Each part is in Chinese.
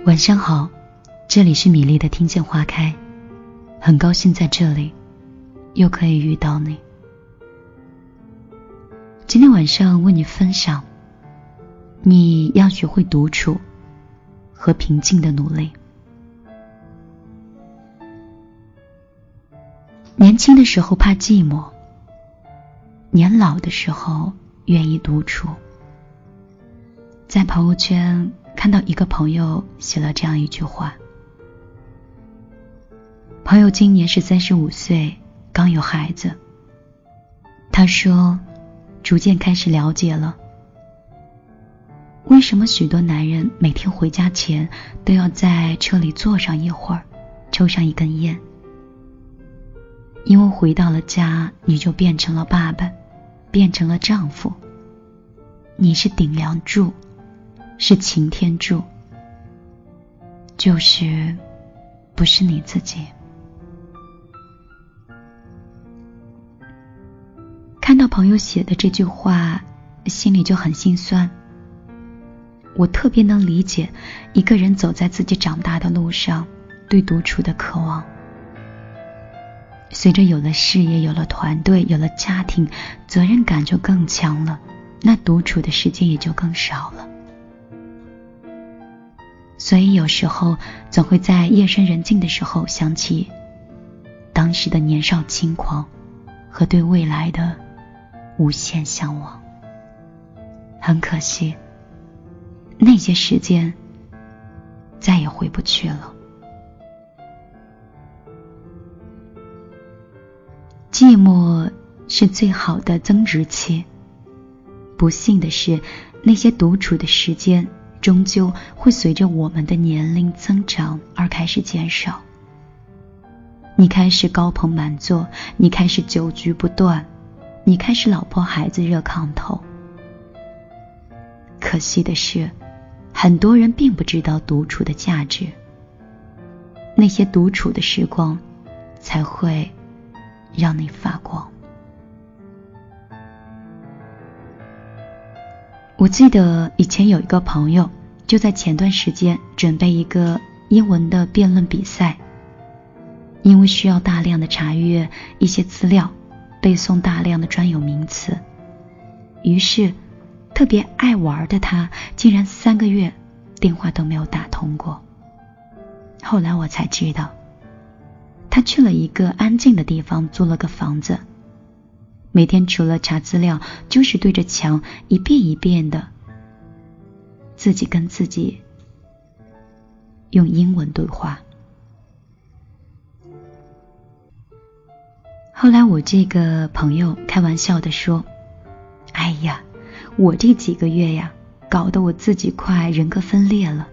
晚上好，这里是米粒的听见花开，很高兴在这里又可以遇到你。今天晚上为你分享，你要学会独处和平静的努力。年轻的时候怕寂寞，年老的时候愿意独处。在朋友圈看到一个朋友写了这样一句话，朋友今年是35岁，刚有孩子。他说逐渐开始了解了为什么许多男人每天回家前都要在车里坐上一会儿，抽上一根烟。因为回到了家，你就变成了爸爸，变成了丈夫，你是顶梁柱，是擎天柱，就是不是你自己。看到朋友写的这句话，心里就很心酸。我特别能理解一个人走在自己长大的路上对独处的渴望。随着有了事业，有了团队，有了家庭，责任感就更强了，那独处的时间也就更少了。所以有时候总会在夜深人静的时候想起当时的年少轻狂和对未来的无限向往。很可惜，那些时间再也回不去了。寂寞是最好的增值期，不幸的是，那些独处的时间终究会随着我们的年龄增长而开始减少。你开始高朋满座，你开始酒局不断，你开始老婆孩子热炕头。可惜的是，很多人并不知道独处的价值，那些独处的时光才会让你发光。我记得以前有一个朋友，就在前段时间准备一个英文的辩论比赛，因为需要大量的查阅一些资料，背诵大量的专有名词，于是特别爱玩的他竟然3个月电话都没有打通过。后来我才知道，他去了一个安静的地方，租了个房子，每天除了查资料，就是对着墙一遍一遍的自己跟自己用英文对话。后来我这个朋友开玩笑地说，哎呀，我这几个月呀，搞得我自己快人格分裂了。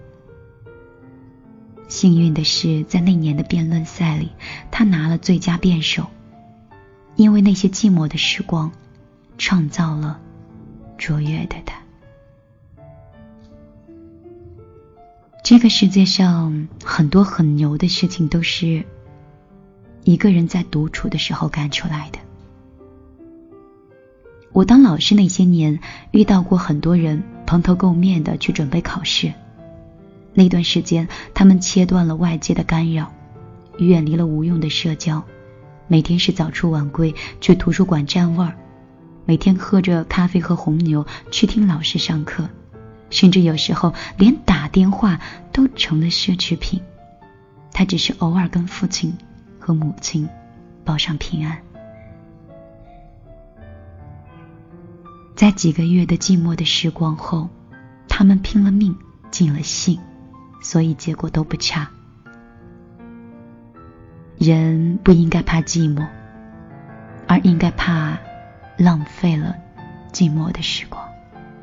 幸运的是，在那年的辩论赛里，他拿了最佳辩手，因为那些寂寞的时光创造了卓越的他。这个世界上很多很牛的事情都是一个人在独处的时候干出来的。我当老师那些年，遇到过很多人蓬头垢面的去准备考试。那段时间，他们切断了外界的干扰，远离了无用的社交，每天是早出晚归，去图书馆占位儿，每天喝着咖啡和红牛去听老师上课，甚至有时候连打电话都成了奢侈品。他只是偶尔跟父亲和母亲报上平安。在几个月的寂寞的时光后，他们拼了命，尽了兴，所以结果都不差。人不应该怕寂寞，而应该怕浪费了寂寞的时光。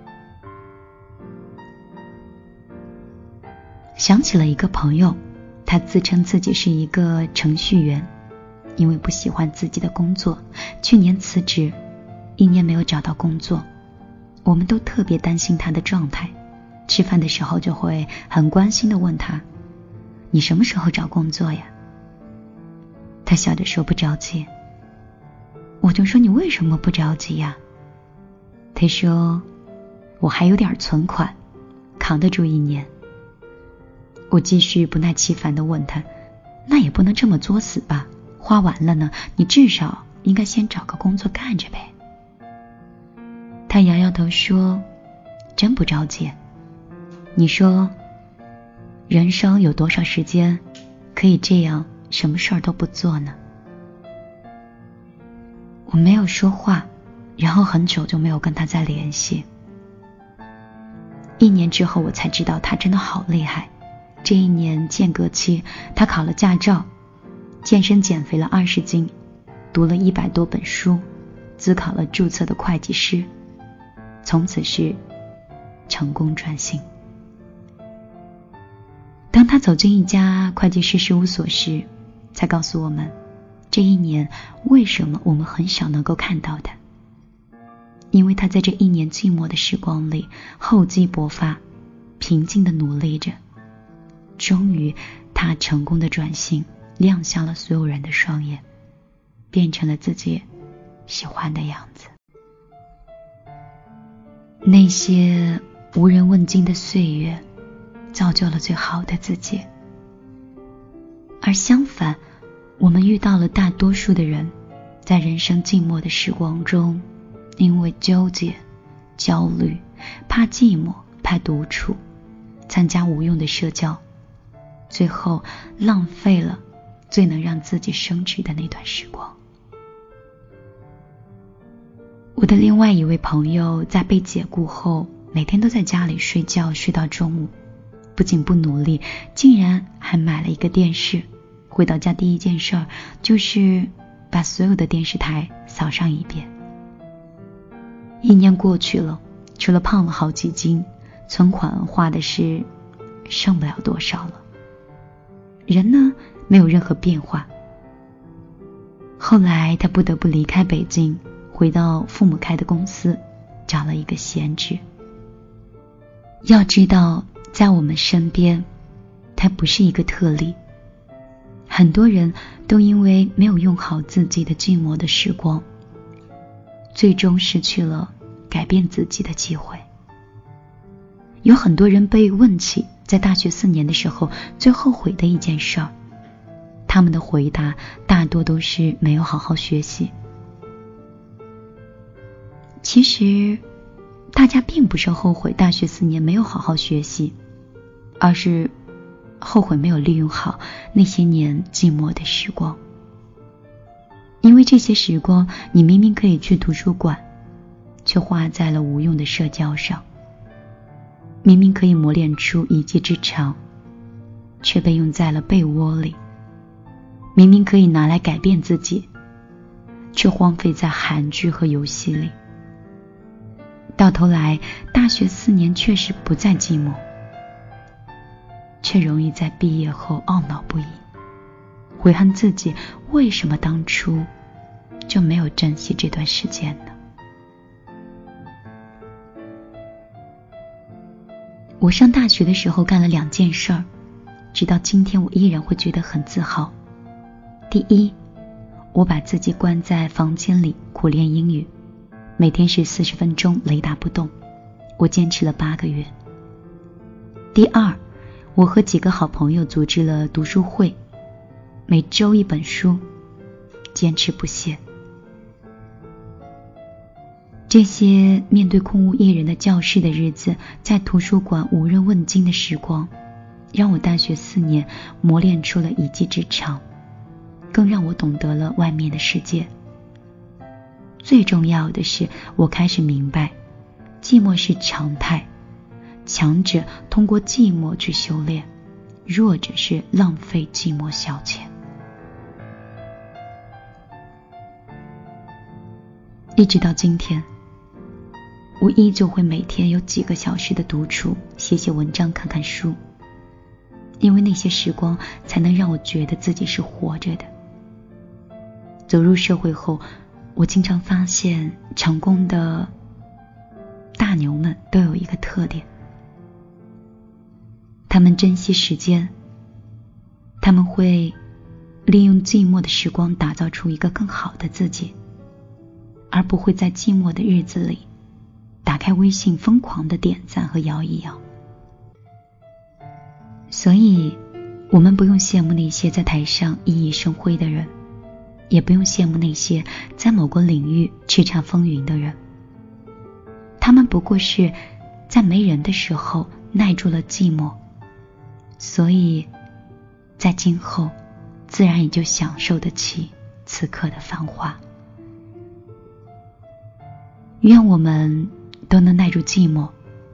想起了一个朋友，他自称自己是一个程序员，因为不喜欢自己的工作，去年辞职，1年没有找到工作。我们都特别担心他的状态，吃饭的时候就会很关心地问他，你什么时候找工作呀？他笑着说不着急。我就说你为什么不着急呀？他说我还有点存款，扛得住1年。 我继续不耐其烦地问他，那也不能这么作死吧，花完了呢，你至少应该先找个工作干着呗。他摇摇头说，真不着急。你说人生有多少时间可以这样什么事儿都不做呢？我没有说话，然后很久就没有跟他再联系。1年之后我才知道他真的好厉害。这1年间隔期，他考了驾照，健身减肥了20斤，读了100多本书，自考了注册的会计师，从此是成功转型。当他走进一家会计师事务所时，才告诉我们，这1年为什么我们很少能够看到他。因为他在这1年寂寞的时光里厚积薄发，平静地努力着，终于他成功的转型，亮瞎了所有人的双眼，变成了自己喜欢的样子。那些无人问津的岁月造就了最好的自己，而相反，我们遇到了大多数的人，在人生寂寞的时光中，因为纠结、焦虑、怕寂寞、怕独处，参加无用的社交，最后浪费了最能让自己升值的那段时光。我的另外一位朋友在被解雇后，每天都在家里睡觉，睡到中午，不仅不努力，竟然还买了一个电视。回到家第一件事就是把所有的电视台扫上一遍。1年过去了，除了胖了好几斤，存款花的是剩不了多少了。人呢，没有任何变化。后来他不得不离开北京，回到父母开的公司，找了一个闲职。要知道，在我们身边，他不是一个特例。很多人都因为没有用好自己的寂寞的时光，最终失去了改变自己的机会。有很多人被问起在大学4年的时候最后悔的一件事儿，他们的回答大多都是没有好好学习。其实大家并不是后悔大学4年没有好好学习，而是后悔没有利用好那些年寂寞的时光。因为这些时光，你明明可以去图书馆，却花在了无用的社交上；明明可以磨练出一技之长，却被用在了被窝里；明明可以拿来改变自己，却荒废在韩剧和游戏里。到头来，大学4年确实不再寂寞，却容易在毕业后懊恼不已，悔恨自己为什么当初就没有珍惜这段时间呢？我上大学的时候干了2件事儿，直到今天我依然会觉得很自豪。第一，我把自己关在房间里苦练英语，每天是40分钟雷打不动，我坚持了8个月。第二，我和几个好朋友组织了读书会，每周1本书，坚持不懈。这些面对空无一人的教室的日子，在图书馆无人问津的时光，让我大学4年磨练出了一技之长，更让我懂得了外面的世界。最重要的是，我开始明白，寂寞是常态，强者通过寂寞去修炼，弱者是浪费寂寞消遣。一直到今天，我依旧会每天有几个小时的独处，写写文章，看看书，因为那些时光才能让我觉得自己是活着的。走入社会后，我经常发现成功的大牛们都有一个特点，他们珍惜时间，他们会利用寂寞的时光打造出一个更好的自己，而不会在寂寞的日子里打开微信疯狂的点赞和摇一摇。 所以我们不用羡慕那些在台上熠熠生辉的人，也不用羡慕那些在某个领域叱咤风云的人。他们不过是在没人的时候耐住了寂寞，所以在今后自然也就享受得起此刻的繁华。愿我们都能耐住寂寞，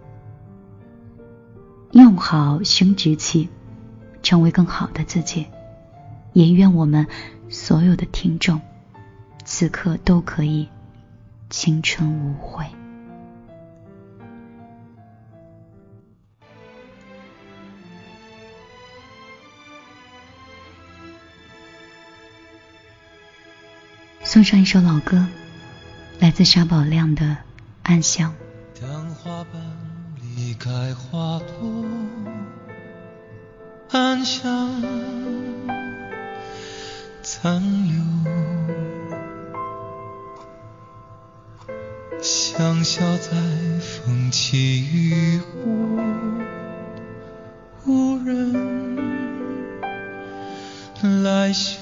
用好生殖器，成为更好的自己。也愿我们所有的听众此刻都可以青春无悔。送上一首老歌，来自沙宝亮的《暗香》。 当花瓣离开花朵，暗香残留，香消在风起雨过，无人来嗅。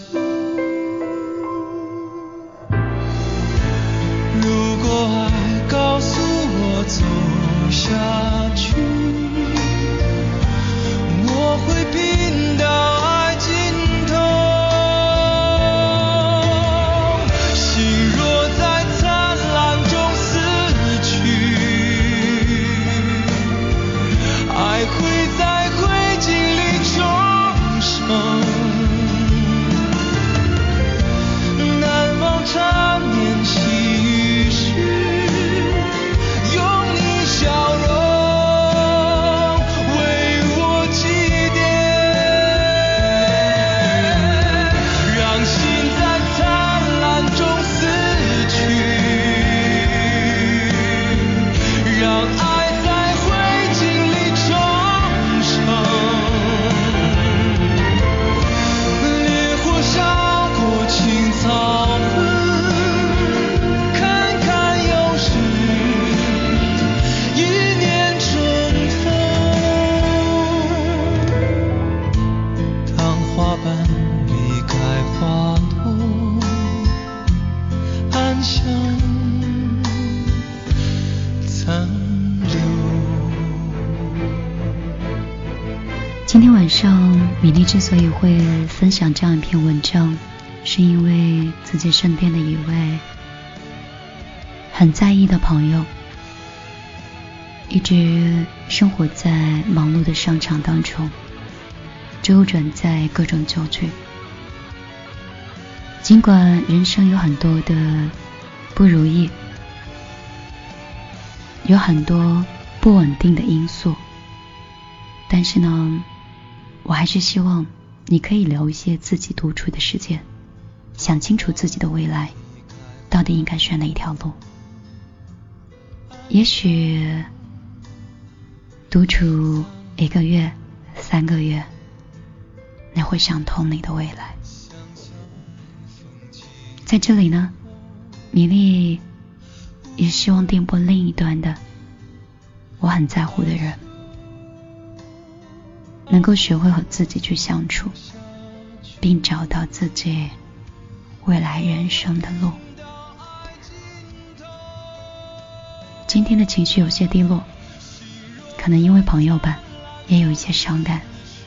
如果爱告诉我走下去，我会拼到爱尽头。心若在灿烂中死去，爱会在灰烬里重生。难忘缠绵细雨时，用你笑容为我祭奠，让心在灿烂中死去，让爱在灰烬里重生。烈火烧过青草痕，看看又是一年春风。当花瓣离开花朵，暗香残留。 今天晚上米粒之所以会分享这样一篇文章，是因为自己身边的一位很在意的朋友，一直生活在忙碌的商场当中，周转在各种酒局。尽管人生有很多的不如意，有很多不稳定的因素，但是呢，我还是希望你可以留一些自己独处的时间，想清楚自己的未来到底应该选哪一条路。也许独处1个月、3个月，你会想通你的未来。在这里呢，米粒也希望电波另一端的我很在乎的人，能够学会和自己去相处，并找到自己未来人生的路。今天的情绪有些低落，可能因为朋友吧，也有一些伤感。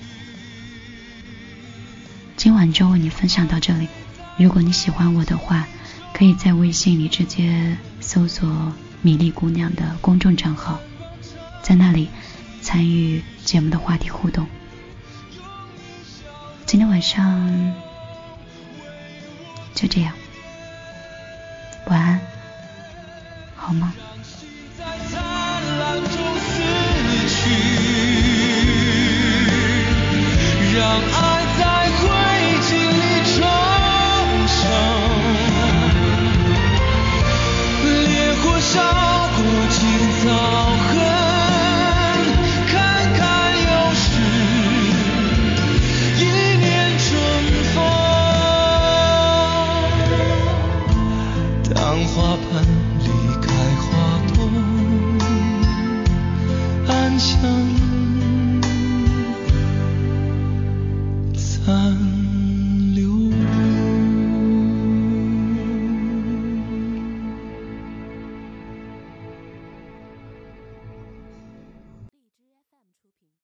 今晚就为你分享到这里，如果你喜欢我的话，可以在微信里直接搜索米粒姑娘的公众账号，在那里参与节目的话题互动。今天晚上就这样，晚安，好吗？ 让爱在灰烬里重生，烈火烧过青草痕，看看又是一年春风。当花瓣离开花安。